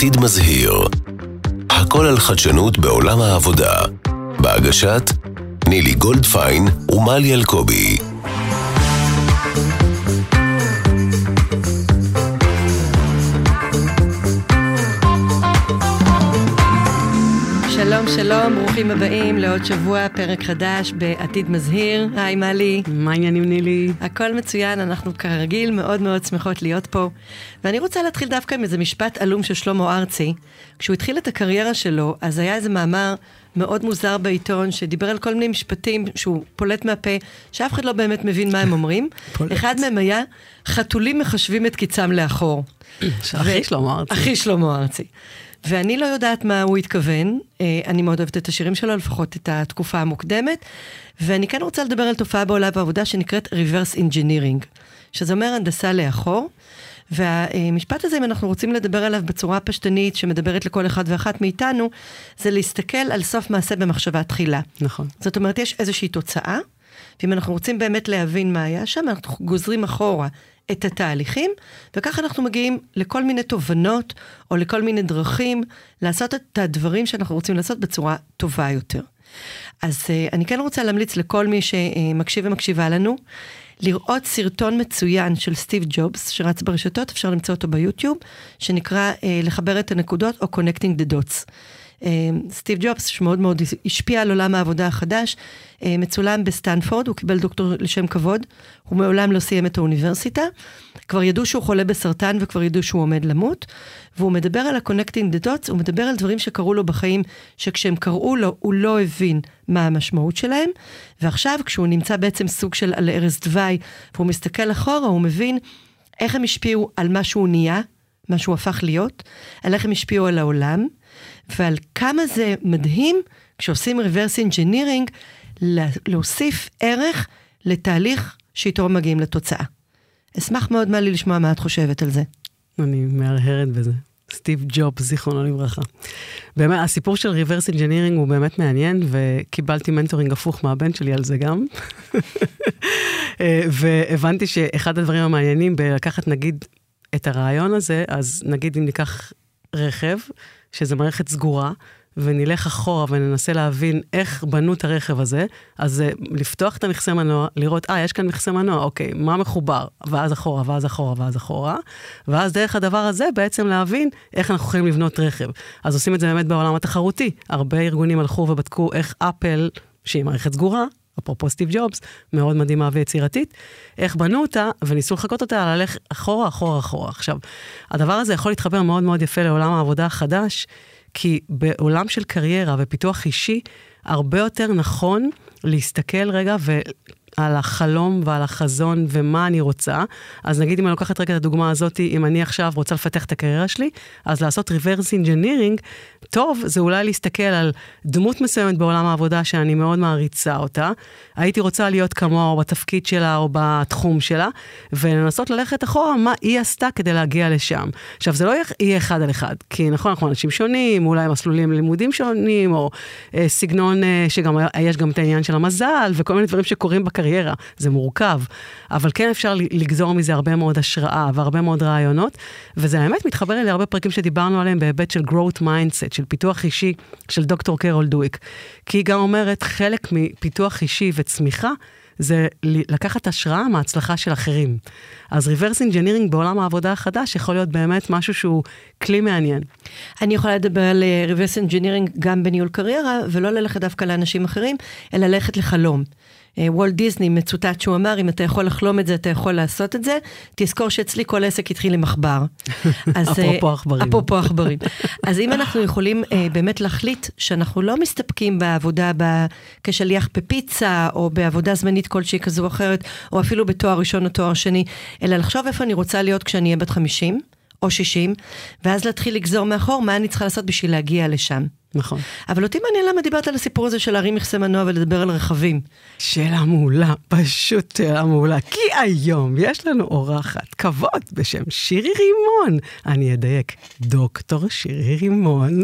עתיד מזהיר. הכל על חדשנות בעולם העבודה. בהגשת נילי גולדפיין ומלי אלקובי. שלום, שלום, ברוכים הבאים לעוד שבוע, פרק חדש בעתיד מזהיר. היי מלי. מה העניינים נילי? הכל מצוין, אנחנו כרגיל מאוד מאוד שמחות להיות פה. ואני רוצה להתחיל דווקא עם איזה משפט עלום של שלמה ארצי. כשהוא התחיל את הקריירה שלו, אז היה איזה מאמר מאוד מוזר בעיתון, שדיבר על כל מיני משפטים שהוא פולט מהפה, שאף אחד לא באמת מבין מה הם אומרים. אחד מהם היה, חתולים מחשבים את קיצם לאחור. אחי שלמה ארצי. אחי שלמה ארצי. ואני לא יודעת מה הוא התכוון, אני מאוד אוהבת את השירים שלו, לפחות את התקופה המוקדמת, ואני כן רוצה לדבר על תופעה בעולם העבודה שנקראת reverse engineering, שזה אומר הנדסה לאחור, והמשפט הזה, אם אנחנו רוצים לדבר עליו בצורה פשטנית, שמדברת לכל אחד ואחת מאיתנו, זה להסתכל על סוף מעשה במחשבה תחילה. נכון. זאת אומרת, יש איזושהי תוצאה, ואם אנחנו רוצים באמת להבין מה היה שם, אנחנו גוזרים אחורה את התהליכים, וכך אנחנו מגיעים לכל מיני תובנות, או לכל מיני דרכים, לעשות את הדברים שאנחנו רוצים לעשות בצורה טובה יותר. אז אני כן רוצה להמליץ לכל מי שמקשיב ומקשיבה לנו, לראות סרטון מצוין של סטיב ג'ובס, שרץ ברשתות, אפשר למצוא אותו ביוטיוב, שנקרא לחבר את הנקודות, או Connecting the Dots. סטיב ג'ובס, שמאוד מאוד השפיע על עולם העבודה החדש, מצולם בסטנפורד, הוא קיבל דוקטור לשם כבוד, הוא מעולם לא סיים את האוניברסיטה, כבר ידעו שהוא חולה בסרטן, וכבר ידעו שהוא עומד למות, והוא מדבר על ה-Connecting the Dots, הוא מדבר על דברים שקרו לו בחיים, שכשהם קראו לו, הוא לא הבין מה המשמעות שלהם, ועכשיו כשהוא נמצא בעצם סוג של על ערש דווי, והוא מסתכל אחורה, הוא מבין איך הם השפיעו על מה שהוא נהיה, מה שהוא הפך להיות, על איך הם השפיעו על העולם, ועל כמה זה מדהים, כשעושים reverse engineering, להוסיף ערך לתהליך שאיתו מגיעים לתוצאה. אשמח מאוד מלי לשמוע מה את חושבת על זה. אני מהרהרת בזה. סטיב ג'ובס, זיכרונו לברכה. באמת, הסיפור של reverse engineering הוא באמת מעניין, וקיבלתי מנטורינג הפוך מהבן שלי על זה גם. והבנתי שאחד הדברים המעניינים בלקחת נגיד את הרעיון הזה, אז נגיד אם ניקח רכב, שזה מערכת סגורה, ונלך אחורה וננסה להבין איך בנו את הרכב הזה, אז לפתוח את המכסה מנוע, לראות, יש כאן מכסה מנוע, אוקיי, מה מחובר? ואז אחורה, ואז אחורה, ואז אחורה, ואז דרך הדבר הזה בעצם להבין איך אנחנו יכולים לבנות רכב. אז עושים את זה באמת בעולם התחרותי. הרבה ארגונים הלכו ובדקו איך אפל, שהיא מערכת סגורה, אפרופו סטיב ג'ובס, מאוד מדהימה ויצירתית, איך בנו אותה, וניסו לחכות אותה, ללך אחורה, אחורה, אחורה. עכשיו, הדבר הזה יכול להתחבר מאוד מאוד יפה לעולם העבודה החדש, כי בעולם של קריירה ופיתוח אישי, הרבה יותר נכון להסתכל רגע על החלום ועל החזון ומה אני רוצה. אז נגיד אם אני לוקחת רגע את הדוגמה הזאת, אם אני עכשיו רוצה לפתח את הקריירה שלי, אז לעשות reverse engineering, טוב, זה אולי להסתכל על דמות מסוימת בעולם העבודה שאני מאוד מעריצה אותה. הייתי רוצה להיות כמוה או בתפקיד שלה או בתחום שלה, ולנסות ללכת אחורה מה היא עשתה כדי להגיע לשם. עכשיו, זה לא יהיה אחד על אחד, כי נכון, אנחנו אנשים שונים, אולי מסלולים לימודים שונים, או סגנון שגם יש גם את העניין של המזל, וכל מיני דברים שקורים בקריירה. זה מורכב, אבל כן אפשר לגזור מזה הרבה מאוד השראה והרבה מאוד רעיונות, וזה האמת מתחבר לי להרבה פרקים שדיברנו עליהם בהיבט של growth mindset, של פיתוח אישי של דוקטור קרול דוויק, כי היא גם אומרת חלק מפיתוח אישי וצמיחה, זה לקחת השראה מההצלחה של אחרים. אז reverse engineering בעולם העבודה החדש יכול להיות באמת משהו שהוא כלי מעניין. אני יכולה לדבר על reverse engineering גם בניהול קריירה, ולא ללכת דווקא לאנשים אחרים, אלא ללכת לחלום. וולט דיסני מצוטט שהוא אמר, אם אתה יכול לחלום את זה, אתה יכול לעשות את זה, תזכור שאצלי כל עסק התחיל עם עכבר. אפרופו עכברים. אפרופו עכברים. אז אם אנחנו יכולים באמת להחליט שאנחנו לא מסתפקים בעבודה כשליח בפיצה, או בעבודה זמנית כלשהי כזו או אחרת, או אפילו בתואר ראשון או תואר שני, אלא לחשוב איפה אני רוצה להיות כשאני אהיה בת 50 או 60, ואז להתחיל לגזור מאחור מה אני צריכה לעשות בשביל להגיע לשם. נכון. אבל אותי מעניין למה דיברת על הסיפור הזה של להרים מכסה מנוע ולדבר על רכבים. שאלה מעולה, פשוט שאלה מעולה. כי היום יש לנו אורחת כבוד בשם שירי רימון. אני אדייק, דוקטור שירי רימון.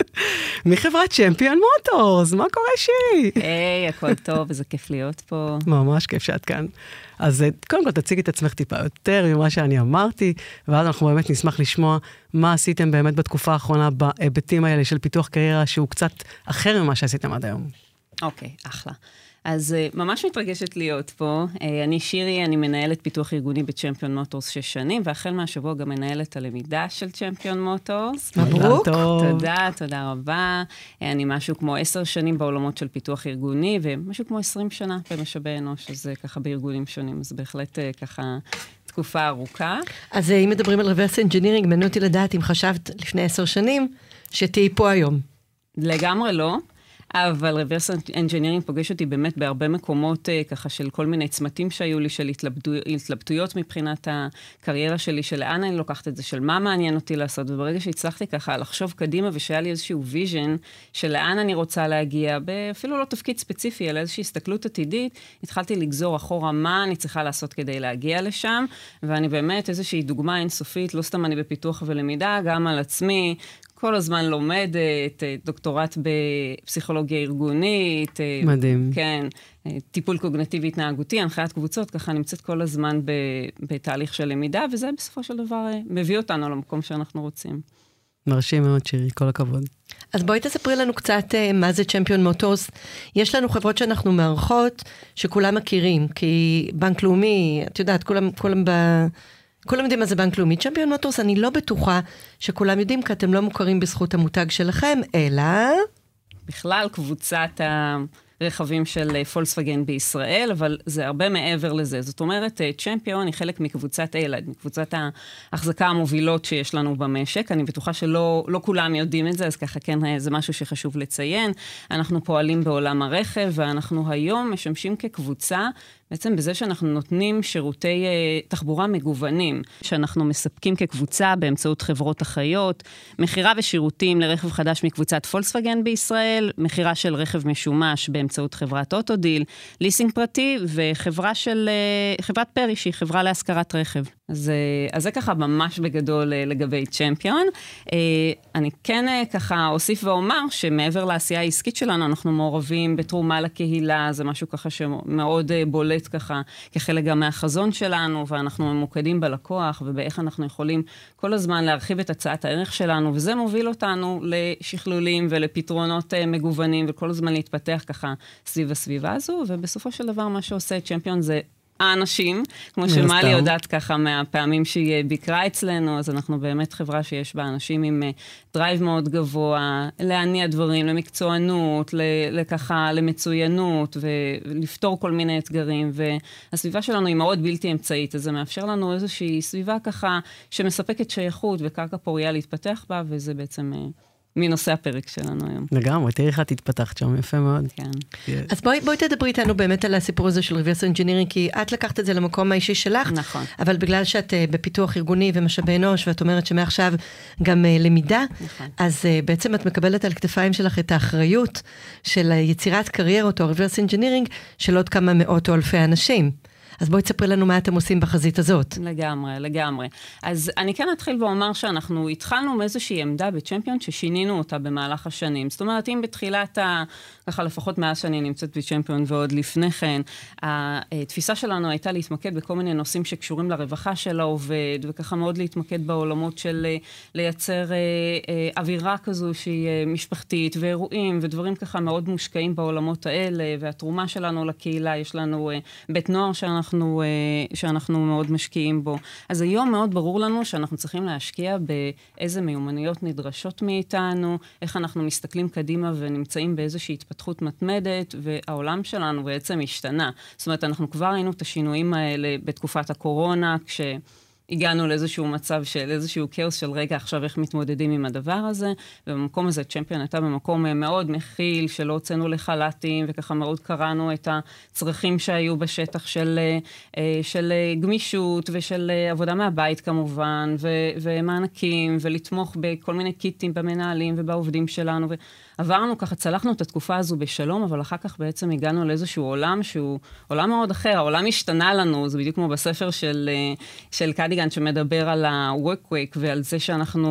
מחברת צ'מפיון מוטורס, מה קורה שירי? היי, הכל טוב, איזה כיף להיות פה. ממש כיף שאת כאן. אז קודם כל תציגי את עצמך טיפה יותר ממה שאני אמרתי, ואז אנחנו באמת נשמח לשמוע מה עשיתם באמת בתקופה האחרונה בהיבטים האלה של פיתוח קריירה שהוא קצת אחר ממה שעשיתם עד היום. אוקיי, אחלה. אז ממש מתרגשת להיות פה. אני שירי, אני מנהלת פיתוח ארגוני בצ'מפיון מוטורס 6 שנים, והחל מהשבוע גם מנהלת הלמידה של צ'מפיון מוטורס. מברוק. תודה רבה. אני משהו כמו 10 שנים בעולמות של פיתוח ארגוני, ומשהו כמו 20 שנה במשאבי אנוש, אז ככה בארגונים שונים, אז בהחלט ככה תקופה ארוכה. אז אם מדברים על reverse engineering, מעניין אותי לדעת אם חשבת לפני 10 שנים, שתהי פה היום. לגמרי לא. אבל reverse engineering פוגש אותי באמת בהרבה מקומות ככה של כל מיני צמתים שהיו לי, של התלבטויות מבחינת הקריירה שלי, של לאן אני לוקחת את זה, של מה מעניין אותי לעשות, וברגע שהצלחתי ככה לחשוב קדימה, ושהיה לי איזשהו ויז'ן של לאן אני רוצה להגיע, אפילו לא תפקיד ספציפי, אלא איזושהי הסתכלות עתידית, התחלתי לגזור אחורה מה אני צריכה לעשות כדי להגיע לשם, ואני באמת איזושהי דוגמה אינסופית, לא סתם אני בפיתוח ולמידה, גם על עצמי, כל הזמן לומדת, דוקטורט בפסיכולוגיה ארגונית. מדהים. כן, טיפול קוגניטיבי התנהגותי, הנחיית קבוצות, ככה נמצאת כל הזמן בתהליך של למידה, וזה בסופו של דבר מביא אותנו למקום שאנחנו רוצים. מרשים מאוד שירי, כל הכבוד. אז בואי תספרי לנו קצת מה זה צ'מפיון מוטורס. יש לנו חברות שאנחנו מערכות, שכולם מכירים, כי בנק לאומי, את יודעת, כולם יודעים מה זה בנק לאומי. צ'מפיון מוטורס, אני לא בטוחה שכולם יודעים, כי אתם לא מוכרים בזכות המותג שלכם, אלא בכלל קבוצת הרכבים של פולקסווגן בישראל, אבל זה הרבה מעבר לזה. זאת אומרת, צ'מפיון היא חלק מקבוצת אילד, מקבוצת ההחזקה המובילות שיש לנו במשק. אני בטוחה שלא כולם יודעים את זה, אז ככה כן, זה משהו שחשוב לציין. אנחנו פועלים בעולם הרכב, ואנחנו היום משמשים כקבוצה, בעצם בזה שאנחנו נותנים שירותי תחבורה מגוונים, שאנחנו מספקים כקבוצה באמצעות חברות אחיות, מחירה ושירותים לרכב חדש מקבוצת פולקסווגן בישראל, מחירה של רכב משומש באמצעות חברת אוטודיל, ליסינג פרטי וחברת פרי, שהיא חברה להשכרת רכב. אז זה ככה ממש בגדול לגבי צ'מפיון. אני כן ככה אוסיף ואומר שמעבר לעשייה העסקית שלנו, אנחנו מעורבים בתרומה לקהילה, זה משהו ככה שמאוד בולט ככה כחלק גם מהחזון שלנו, ואנחנו ממוקדים בלקוח, ובאיך אנחנו יכולים כל הזמן להרחיב את הצעת הערך שלנו, וזה מוביל אותנו לשכלולים ולפתרונות מגוונים, וכל הזמן להתפתח ככה סביב הסביבה הזו, ובסופו של דבר מה שעושה צ'מפיון זה האנשים, כמו שמלי יודעת ככה מהפעמים שהיא ביקרה אצלנו, אז אנחנו באמת חברה שיש בה אנשים עם דרייב מאוד גבוה, להניע דברים, למקצוענות, לככה, למצוינות, ולפתור כל מיני אתגרים, והסביבה שלנו היא מאוד בלתי אמצעית, אז זה מאפשר לנו איזושהי סביבה ככה, שמספקת שייכות וקרקע פוריה להתפתח בה, וזה בעצם מנושא הפרק שלנו היום. לגמרי, תראי איך את התפתחת שם, יפה מאוד. כן. אז בואי תדברי איתנו באמת על הסיפור הזה של reverse engineering, כי את לקחת את זה למקום האישי שלך, נכון. אבל בגלל שאת בפיתוח ארגוני ומשאבי אנוש, ואת אומרת שמעכשיו גם למידה, נכון. אז בעצם את מקבלת על כתפיים שלך את האחריות של יצירת קריירות או reverse engineering של עוד כמה מאות או אלפי אנשים. אז בואי תספרי לנו מה אתם עושים בחזית הזאת. לגמרי. אז אני כן אתחיל ואומר שאנחנו התחלנו מאיזושהי עמדה בצ'מפיון ששינינו אותה במהלך השנים. זאת אומרת, אם בתחילת ככה לפחות מאז שאני נמצאת בצ'מפיון ועוד לפני כן, התפיסה שלנו הייתה להתמקד בכל מיני נושאים שקשורים לרווחה של העובד, וככה מאוד להתמקד בעולמות של לייצר אווירה כזו שהיא משפחתית, ואירועים, ודברים ככה מאוד מושקעים בעולמות האלה, והתרומה שלנו לקהילה, יש לנו בית נוער שאנחנו מאוד משקיעים בו. אז היום מאוד ברור לנו שאנחנו צריכים להשקיע באיזה מיומנויות נדרשות מאיתנו, איך אנחנו מסתכלים קדימה ונמצאים באיזושהי התפתחות מתמדת, והעולם שלנו בעצם השתנה. זאת אומרת, אנחנו כבר ראינו את השינויים האלה בתקופת הקורונה, הגענו לאיזשהו מצב של איזשהו כאוס של רגע, עכשיו איך מתמודדים עם הדבר הזה, ובמקום הזה צ'מפיון הייתה במקום מאוד מכיל, שלא הוצאנו לחל"תים, וככה מאוד קראנו את הצרכים שהיו בשטח של גמישות, ושל עבודה מהבית כמובן, ומענקים, ולתמוך בכל מיני קיטים במנהלים ובעובדים שלנו, ועברנו ככה, צלחנו את התקופה הזו בשלום, אבל אחר כך בעצם הגענו לאיזשהו עולם שהוא עולם מאוד אחר, העולם השתנה לנו, זה בדיוק כמו בספר של קדיגן שמדבר על ה-work week ועל זה שאנחנו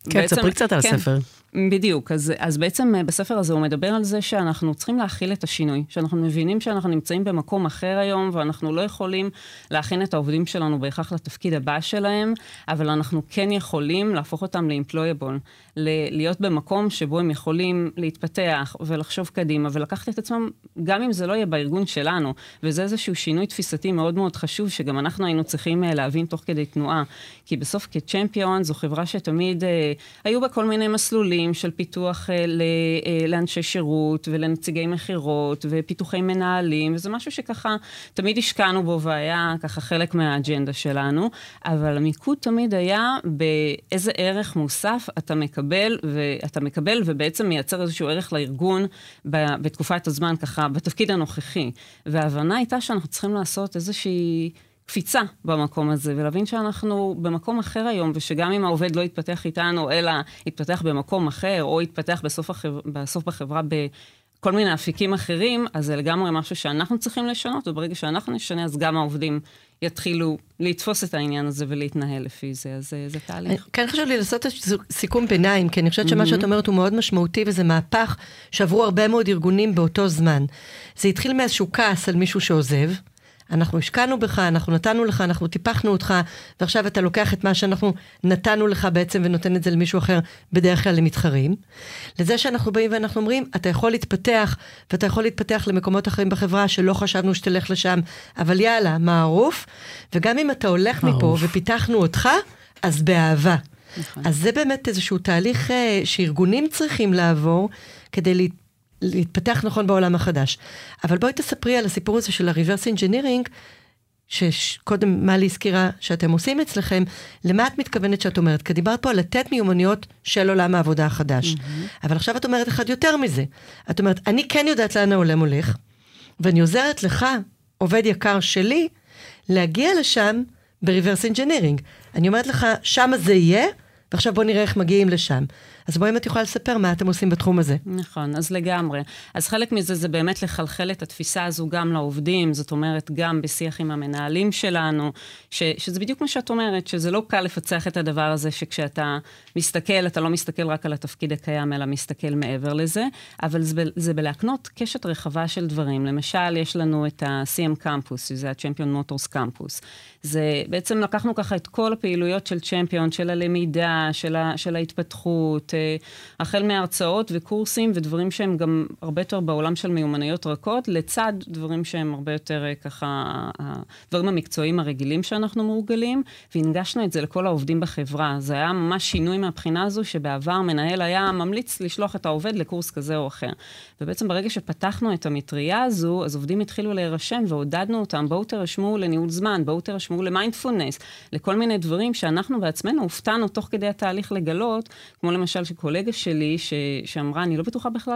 כן, תספרי קצת על הספר. בדיוק, אז בעצם בספר הזה הוא מדבר על זה שאנחנו צריכים להכיל את השינוי, שאנחנו מבינים שאנחנו נמצאים במקום אחר היום, ואנחנו לא יכולים להכין את העובדים שלנו בהכרח לתפקיד הבא שלהם, אבל אנחנו כן יכולים להפוך אותם ל-employable, להיות במקום שבו הם יכולים להתפתח ולחשוב קדימה, ולקחת את עצמם, גם אם זה לא יהיה בארגון שלנו, וזה איזשהו שינוי תפיסתי מאוד מאוד חשוב, שגם אנחנו היינו צריכים להבין תוך כדי תנועה, כי בסוף כצ'מפיון זו חברה שתמיד היו בה כל מיני מסלולים, של פיתוח לאנשי שירות ולנציגי מחירות ופיתוחי מנהלים, וזה משהו שככה תמיד השקענו בו והיה ככה חלק מהאג'נדה שלנו, אבל המיקוד תמיד היה באיזה ערך מוסף אתה מקבל ובעצם מייצר איזשהו ערך לארגון בתקופת הזמן ככה, בתפקיד הנוכחי. וההבנה הייתה שאנחנו צריכים לעשות איזושהי קפיצה במקום הזה, ולהבין שאנחנו במקום אחר היום, ושגם אם העובד לא יתפתח איתנו, אלא יתפתח במקום אחר, או יתפתח בסוף בחברה בכל מיני אפיקים אחרים, אז זה לגמרי משהו שאנחנו צריכים לשנות, וברגע שאנחנו נשנה, אז גם העובדים יתחילו לתפוס את העניין הזה ולהתנהל לפי זה, אז זה תהליך. כן, חשוב לי לעשות סיכום ביניים, כי אני חושבת שמה שאת אומרת הוא מאוד משמעותי, וזה מהפך שעברו הרבה מאוד ארגונים באותו זמן. זה התחיל מאיזשהו כעס על מישהו שעוזב, אנחנו השקענו בך, אנחנו נתנו לך, אנחנו טיפחנו אותך, ועכשיו אתה לוקח את מה שאנחנו נתנו לך בעצם ונותן את זה למישהו אחר, בדרך כלל למתחרים. לזה שאנחנו באים ואנחנו אומרים, אתה יכול להתפתח, ואתה יכול להתפתח למקומות אחרים בחברה שלא חשבנו שתלך לשם, אבל יאללה, מערוף, וגם אם אתה הולך מפה ופיתחנו אותך, אז באהבה. נכון. אז זה באמת איזשהו תהליך שארגונים צריכים לעבור, כדי להתפתח נכון בעולם החדש. אבל בואי תספרי על הסיפור הזה של ה-reverse engineering, שקודם מלי הזכירה שאתם עושים אצלכם, למה את מתכוונת שאת אומרת? כי דיברת פה על לתת מיומנויות של עולם העבודה החדש. אבל עכשיו את אומרת אחד יותר מזה. את אומרת, אני כן יודעת לאן העולם הולך, ואני עוזרת לך, עובד יקר שלי, להגיע לשם ב-reverse engineering. אני אומרת לך, שם זה יהיה, ועכשיו בוא נראה איך מגיעים לשם. אז בואי אם את יכולה לספר מה אתם עושים בתחום הזה. נכון, אז לגמרי. אז חלק מזה זה באמת לחלחל את התפיסה הזו גם לעובדים, זאת אומרת גם בשיח עם המנהלים שלנו, שזה בדיוק מה שאת אומרת, שזה לא קל לפצח את הדבר הזה, שכשאתה מסתכל, אתה לא מסתכל רק על התפקיד הקיים, אלא מסתכל מעבר לזה, אבל זה בלהקנות קשת רחבה של דברים. למשל, יש לנו את ה-CM Campus, שזה ה-Champion Motors Campus. זה בעצם לקחנו ככה את כל הפעילויות של צ'מפיון, של הלמידה, של ההתפתחות, החל מהרצאות וקורסים ודברים שהם גם הרבה יותר בעולם של מיומנויות רכות, לצד דברים שהם הרבה יותר ככה, הדברים המקצועיים הרגילים שאנחנו מורגלים, והנגשנו את זה לכל העובדים בחברה. זה היה ממש שינוי מהבחינה הזו, שבעבר מנהל היה ממליץ לשלוח את העובד לקורס כזה או אחר. ובעצם ברגע שפתחנו את המטריה הזו, אז עובדים התחילו להירשם ועודדנו אותם, בואו תרשמו לניהול זמן, בואו תרשמו למיינדפולנס, לכל מיני דברים שאנחנו בעצמנו הופתענו תוך כדי התהליך לגלות, כמו למשל שקולגה שלי שאמרה, אני לא בטוחה בכלל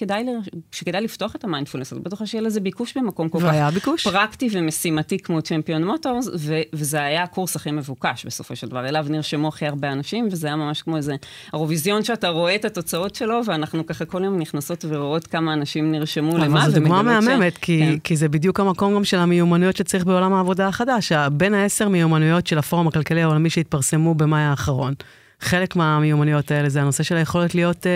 שכדאי לפתוח את המיינדפולנס, אני בטוחה שיהיה לזה ביקוש במקום כל כך פרקטי ומשימתי כמו צ'מפיון מוטורס, וזה היה הקורס הכי מבוקש בסופו של דבר. אליו נרשמו הכי הרבה אנשים, וזה היה ממש כמו איזה אירוויזיון שאתה רואה את התוצאות שלו, ואנחנו ככה כל יום נכנסות ורואות כמה אנשים נרשמו למה. אבל זו דוגמה מהממת, כי זה בדיוק המקום גם של המיומנויות שצריך בעולם העבודה החדש. בין 10 מיומנויות של הפורום הכלכלי העולמי שהתפרסמו במאי האחרון. חלק מהמיומנויות האלה זה הנושא של היכולת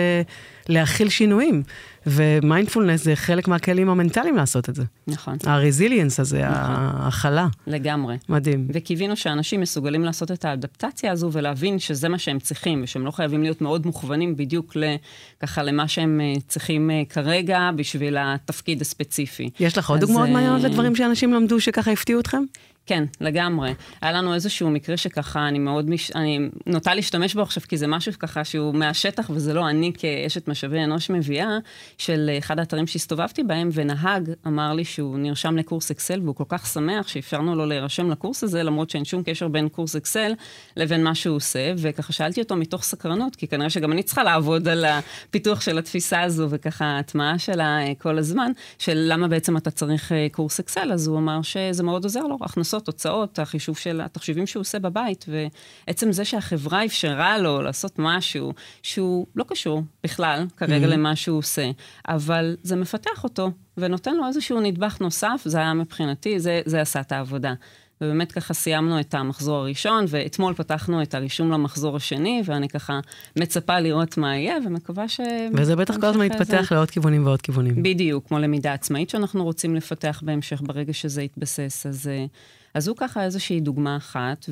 להכיל שינויים, ומיינדפולנס זה חלק מהכלים המנטליים לעשות את זה. נכון. הרזיליאנס הזה, ההכלה. לגמרי. מדהים. וקיווינו שאנשים מסוגלים לעשות את האדפטציה הזו, ולהבין שזה מה שהם צריכים, ושהם לא חייבים להיות מאוד מוכוונים בדיוק ככה למה שהם צריכים כרגע, בשביל התפקיד הספציפי. יש לך עוד דוגמאות מעניינות לדברים שאנשים למדו שככה הפתיעו אתכם? כן, לגמרי. היה לנו איזשהו מקרה שככה אני נוטה להשתמש בו עכשיו, כי זה משהו ככה שהוא מהשטח, וזה לא אני כאשת משאבי אנוש מביאה, של אחד האתרים שהסתובבתי בהם, ונהג אמר לי שהוא נרשם לקורס אקסל, והוא כל כך שמח שאפשרנו לו להירשם לקורס הזה, למרות שאין שום קשר בין קורס אקסל לבין מה שהוא עושה, וככה שאלתי אותו מתוך סקרנות, כי כנראה שגם אני צריכה לעבוד על הפיתוח של התפיסה הזו, וככה הטמעה שלה כל הזמן, של למה בעצם אתה צריך קורס אקסל, אז הוא אמר שזה מאוד עוזר לו, הכנסות, תוצאות, החישוב של התחשיבים שהוא עושה בבית, ועצם זה שהחברה אפשרה לו לעשות משהו שהוא לא קשור בכלל כרגע למה שהוא עושה, אבל זה מפתח אותו, ונותן לו איזשהו נדבך נוסף, זה היה מבחינתי, זה עשה את העבודה. ובאמת ככה סיימנו את המחזור הראשון, ואתמול פתחנו את הרישום למחזור השני, ואני ככה מצפה לראות מה יהיה, ומקווה ש... וזה בטח כל הזמן יתפתח לעוד כיוונים ועוד כיוונים. בדיוק, כמו למידה עצמאית שאנחנו רוצים לפתח בהמשך ברגע שזה יתבסס. אז הוא ככה איזושהי דוגמה אחת,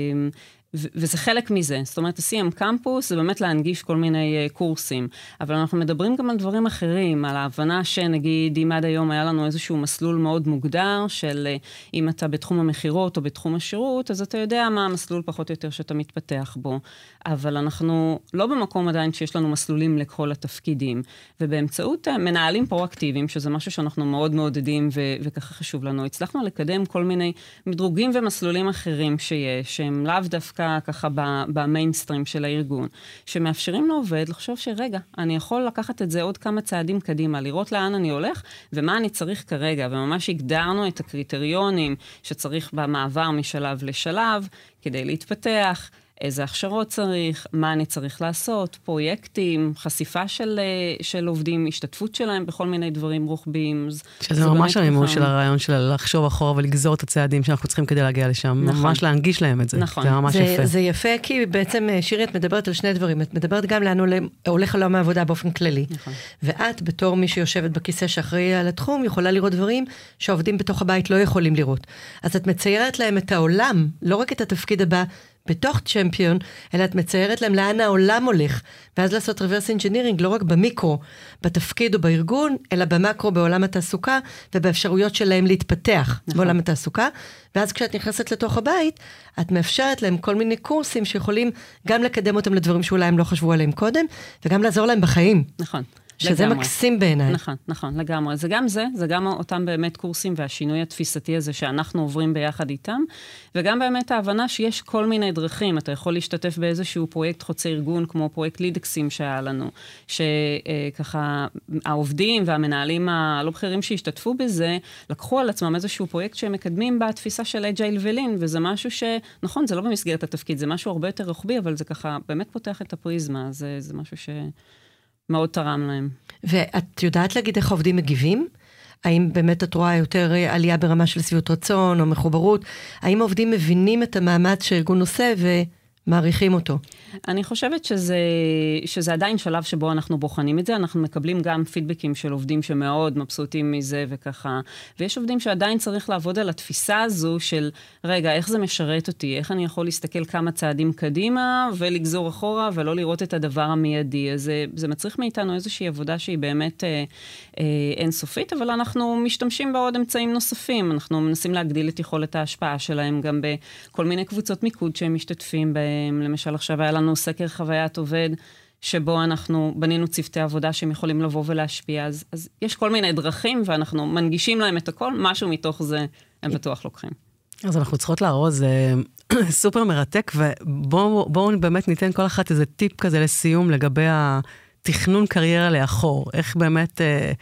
וזה חלק מזה. זאת אומרת, ה-CM קמפוס זה באמת להנגיש כל מיני קורסים, אבל אנחנו מדברים גם על דברים אחרים, על ההבנה שנגיד, אם עד היום היה לנו איזשהו מסלול מאוד מוגדר, של אם אתה בתחום המחירות או בתחום השירות, אז אתה יודע מה המסלול פחות או יותר שאתה מתפתח בו. אבל אנחנו לא במקום עדיין שיש לנו מסלולים לכל התפקידים, ובאמצעות מנהלים פרואקטיביים, שזה משהו שאנחנו מאוד מעודדים וככה חשוב לנו, הצלחנו לקדם כל מיני מדרוגים ומסלולים אחרים שהם לאו דווקא ככה במיינסטרים של הארגון, שמאפשרים לעובד לחשוב שרגע, אני יכול לקחת את זה עוד כמה צעדים קדימה, לראות לאן אני הולך ומה אני צריך כרגע, וממש הגדרנו את הקריטריונים שצריך במעבר משלב לשלב, כדי להתפתח, איזה הכשרות צריך, מה אני צריך לעשות, פרויקטים, חשיפה של עובדים, השתתפות שלהם בכל מיני דברים רוחביים. שזה ממש המימוש של הרעיון של לחשוב אחורה ולגזור את הצעדים שאנחנו צריכים כדי להגיע לשם. נכון. ממש להנגיש להם את זה. נכון. זה ממש יפה. זה יפה כי בעצם שירי את מדברת על שני דברים. את מדברת גם לאן הולך עולם העבודה באופן כללי. נכון. ואת בתור מי שיושבת בכיסא שאחראי על התחום, יכולה לראות דברים שהעובדים בתוך הבית לא יכולים לראות. אז את מציירת להם את העולם, לא רק את התפקיד הבא, בתוך צ'מפיון, אלא את מציירת להם לאן העולם הולך, ואז לעשות reverse engineering, לא רק במיקרו, בתפקיד או בארגון, אלא במקרו בעולם התעסוקה, ובאפשרויות שלהם להתפתח בעולם התעסוקה, ואז כשאת נכנסת לתוך הבית, את מאפשרת להם כל מיני קורסים שיכולים גם לקדם אותם לדברים שאולי הם לא חשבו עליהם קודם, וגם לעזור להם בחיים. נכון. שזה לגמרי. מקסים בעיניי. נכון, לגמרי. זה גם זה גם אותם באמת קורסים והשינוי התפיסתי הזה שאנחנו עוברים ביחד איתם, וגם באמת ההבנה שיש כל מיני דרכים. אתה יכול להשתתף באיזשהו פרויקט חוצה ארגון, כמו פרויקט לידקסים שהיה לנו, שככה העובדים והמנהלים הלא בכירים שהשתתפו בזה, לקחו על עצמם איזשהו פרויקט שהם מקדמים בתפיסה של אג'ייל ולין, וזה משהו נכון, זה לא במסגרת התפקיד, זה משהו הרבה יותר רוחבי, אבל זה ככה באמת פותח את הפריזמה, זה משהו מאוד תרם להם. ואת יודעת להגיד איך העובדים מגיבים? האם באמת את רואה יותר עלייה ברמה של שביעות רצון או מחוברות? האם העובדים מבינים את המאמץ שהארגון עושה ומעריכים אותו? אני חושבת שזה עדיין שלב שבו אנחנו בוחנים את זה, אנחנו מקבלים גם פידבקים של עובדים שמאוד מבסוטים מזה וככה, ויש עובדים שעדיין צריך לעבוד על התפיסה הזו של, רגע, איך זה משרת אותי, איך אני יכול להסתכל כמה צעדים קדימה ולגזור אחורה ולא לראות את הדבר המיידי, אז זה מצריך מאיתנו איזושהי עבודה שהיא באמת אינסופית, אבל אנחנו משתמשים בעוד אמצעים נוספים, אנחנו מנסים להגדיל את יכולת ההשפעה שלהם גם בכל מיני קבוצות מיקוד שהם משתתפים בהם, למשל עכשיו היה לנו סקר חוויית עובד, שבו אנחנו בנינו צוותי עבודה שהם יכולים לבוא ולהשפיע, אז יש כל מיני דרכים, ואנחנו מנגישים להם את הכל, משהו מתוך זה הם בטוח לוקחים. אז אנחנו צריכות להראות, זה סופר מרתק, ובואו באמת ניתן כל אחת איזה טיפ כזה לסיום, לגבי התכנון קריירה לאחור, איך באמת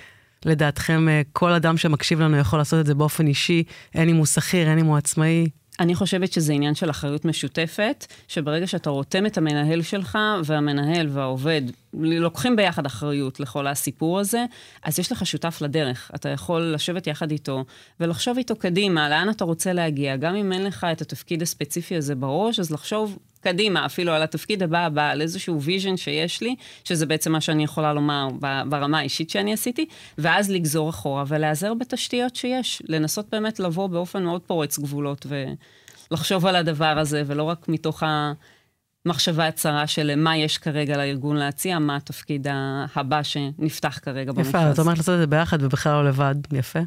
לדעתכם כל אדם שמקשיב לנו יכול לעשות את זה באופן אישי, אין אם הוא שכיר, אין אם הוא עצמאי, אני חושבת שזה עניין של אחריות משותפת, שברגע שאתה רותם את המנהל שלך, והמנהל והעובד לוקחים ביחד אחריות לכל הסיפור הזה, אז יש לך שותף לדרך. אתה יכול לשבת יחד איתו, ולחשוב איתו קדימה, לאן אתה רוצה להגיע. גם אם אין לך את התפקיד הספציפי הזה בראש, אז לחשוב קדימה, אפילו על התפקיד הבא, על איזשהו ויז'ן שיש לי, שזה בעצם מה שאני יכולה לומר ברמה האישית שאני עשיתי, ואז לגזור אחורה ולעזר בתשתיות שיש, לנסות באמת לבוא באופן מאוד פורץ גבולות, ולחשוב על הדבר הזה, ולא רק מתוך המחשבה הצרה של מה יש כרגע לארגון להציע, מה התפקיד הבא שנפתח כרגע במכרז. יפה, זאת אומרת לעשות את זה ביחד ובכלל לא לבד, יפה.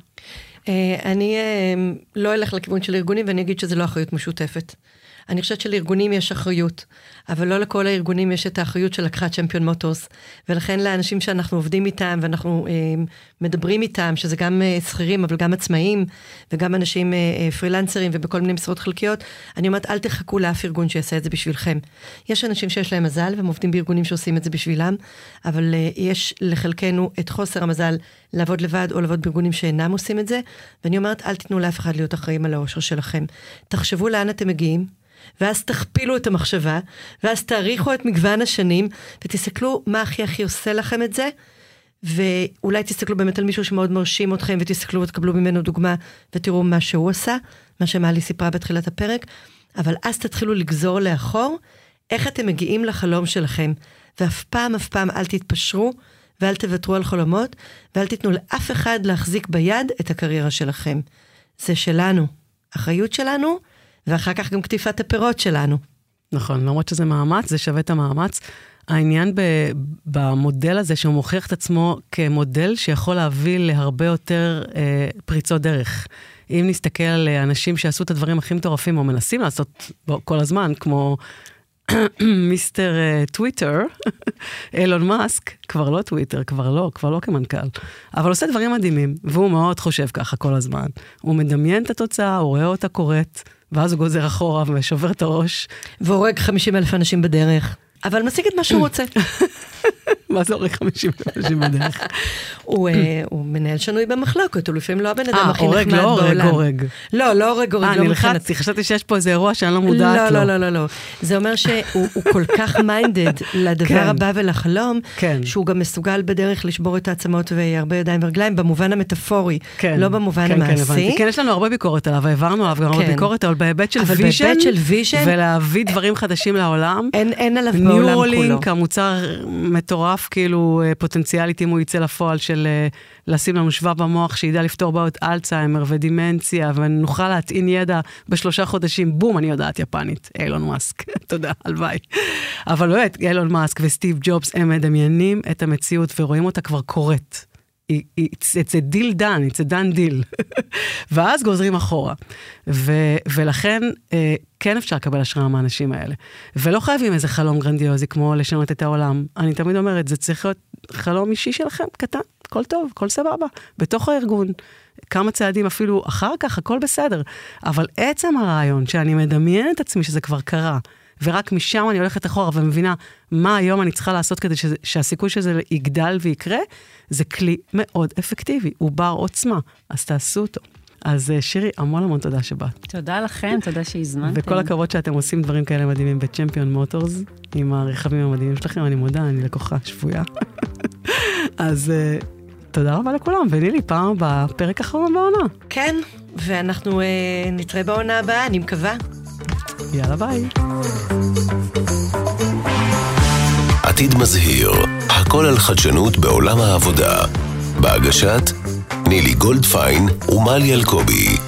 אני לא אלך לכיוון של ארגונים, ואני אגיד שזה לא אחריות משותפת. אני חושבת שלארגונים יש אחריות, אבל לא לכל הארגונים יש את האחריות שלקחה צ'מפיון מוטורס, ולכן לאנשים שאנחנו עובדים איתם, ואנחנו מדברים איתם, שזה גם שכירים, אבל גם עצמאים, וגם אנשים פרילנסרים, ובכל מיני משרות חלקיות, אני אומרת, אל תחכו לאף ארגון שיעשה את זה בשבילכם. יש אנשים שיש להם מזל, והם עובדים בארגונים שעושים את זה בשבילם, אבל יש לחלקנו את חוסר המזל לעבוד לבד, או לעבוד בארגונים שאינם עושים את זה, ואני אומרת, אל תיתנו לאף אחד להיות אחראים על האושר שלכם. תחשבו לאן אתם מגיעים, ואז תכפילו את המחשבה, ואז תאריכו את מגוון השנים, ותסתכלו מה הכי עושה לכם את זה, ואולי תסתכלו באמת על מישהו שמאוד מרשים אתכם, ותסתכלו ותקבלו ממנו דוגמה, ותראו מה שהוא עשה, מה שמעלי סיפרה בתחילת הפרק, אבל אז תתחילו לגזור לאחור, איך אתם מגיעים לחלום שלכם, ואף פעם אל תתפשרו, ואל תוותרו על חלומות, ואל תיתנו לאף אחד להחזיק ביד את הקריירה שלכם. זה שלנו, אחריות שלנו, ואחר כך גם כתיפת הפירות שלנו. נכון, למרות שזה מאמץ, זה שווה את המאמץ. העניין במודל הזה, שהוא מוכיח את עצמו כמודל שיכול להביא להרבה יותר פריצות דרך. אם נסתכל על אנשים שעשו את הדברים הכי מטורפים, או מנסים לעשות כל הזמן, כמו מיסטר טוויטר, אילון מאסק, כבר לא טוויטר, כבר לא כמנכ"ל, אבל עושה דברים מדהימים, והוא מאוד חושב ככה כל הזמן. הוא מדמיין את התוצאה, הוא רואה אותה קורית, ואז הוא גוזר אחורה ושובר את הראש. והורג 50,000 אנשים בדרך. אבל משיג את מה שהוא רוצה. מה זה הורג 50 אנשים בדרך? הוא מנהל שנוי במחלוקת, הוא לפעמים לא הבן אדם הכי נחמד בעולם. הורג. לא הורג, לא נלחצתי, חשבתי שיש פה איזה אירוע שאני לא מודעת לו. לא. זה אומר שהוא כל כך מיינדד לדבר הבא ולחלום, שהוא גם מסוגל בדרך לשבור את העצמות והרבה ידיים ורגליים, במובן המטאפורי, לא במובן המעשי. כן, יש לנו הרבה ביקורת עליו, העברנו עליו גם הרבה ביקורת, אבל בהיבט של ויז'ן, ולהביא דברים חדשים לעולם. אין עליו בעולם כולו. ניורלינק, המוצר מטורף, כאילו פוטנציאלית אם הוא יצא לפועל של לשים לנו שבב במוח שידע לפתור בעיות אלצהיימר ודימנציה, ונוכל להטעין ידע ב3 חודשים, בום, אני יודעת יפנית, אילון מאסק, תודה, הלוואי. אבל באמת, אילון מאסק וסטיב ג'ובס, הם מדמיינים את המציאות ורואים אותה כבר קורית. It's a deal done, it's a done deal. ואז גוזרים אחורה. ולכן כן אפשר לקבל השראה מהאנשים האלה. ולא חייבים איזה חלום גרנדיוזי כמו לשנות את העולם. אני תמיד אומרת, זה צריך להיות חלום אישי שלכם, קטן, הכל טוב, הכל סבבה. בתוך הארגון, כמה צעדים אפילו אחר כך, הכל בסדר. אבל עצם הרעיון שאני מדמיין את עצמי שזה כבר קרה, ורק משם אני הולכת אחורה ומבינה מה היום אני צריכה לעשות כדי שהסיכוי שזה יגדל ויקרה, זה כלי מאוד אפקטיבי, הוא בר עוצמה, אז תעשו אותו. אז שירי, המון תודה שבאת. תודה לכם, תודה שהזמנתם. וכל הכבוד שאתם עושים דברים כאלה מדהימים בצ'מפיון מוטורס, עם הרכבים המדהימים שלכם, אני מודה, אני לקוחה שבויה. אז תודה רבה לכולם, ונילי, פעם בפרק אחרון בעונה. כן, ואנחנו נתראה בעונה הבאה, אני מקווה. יאללה ביי. עתיד מזהיר, הכל על חדשנות בעולם העבודה. בהגשת נילי גולדפיין ומלי אלקובי.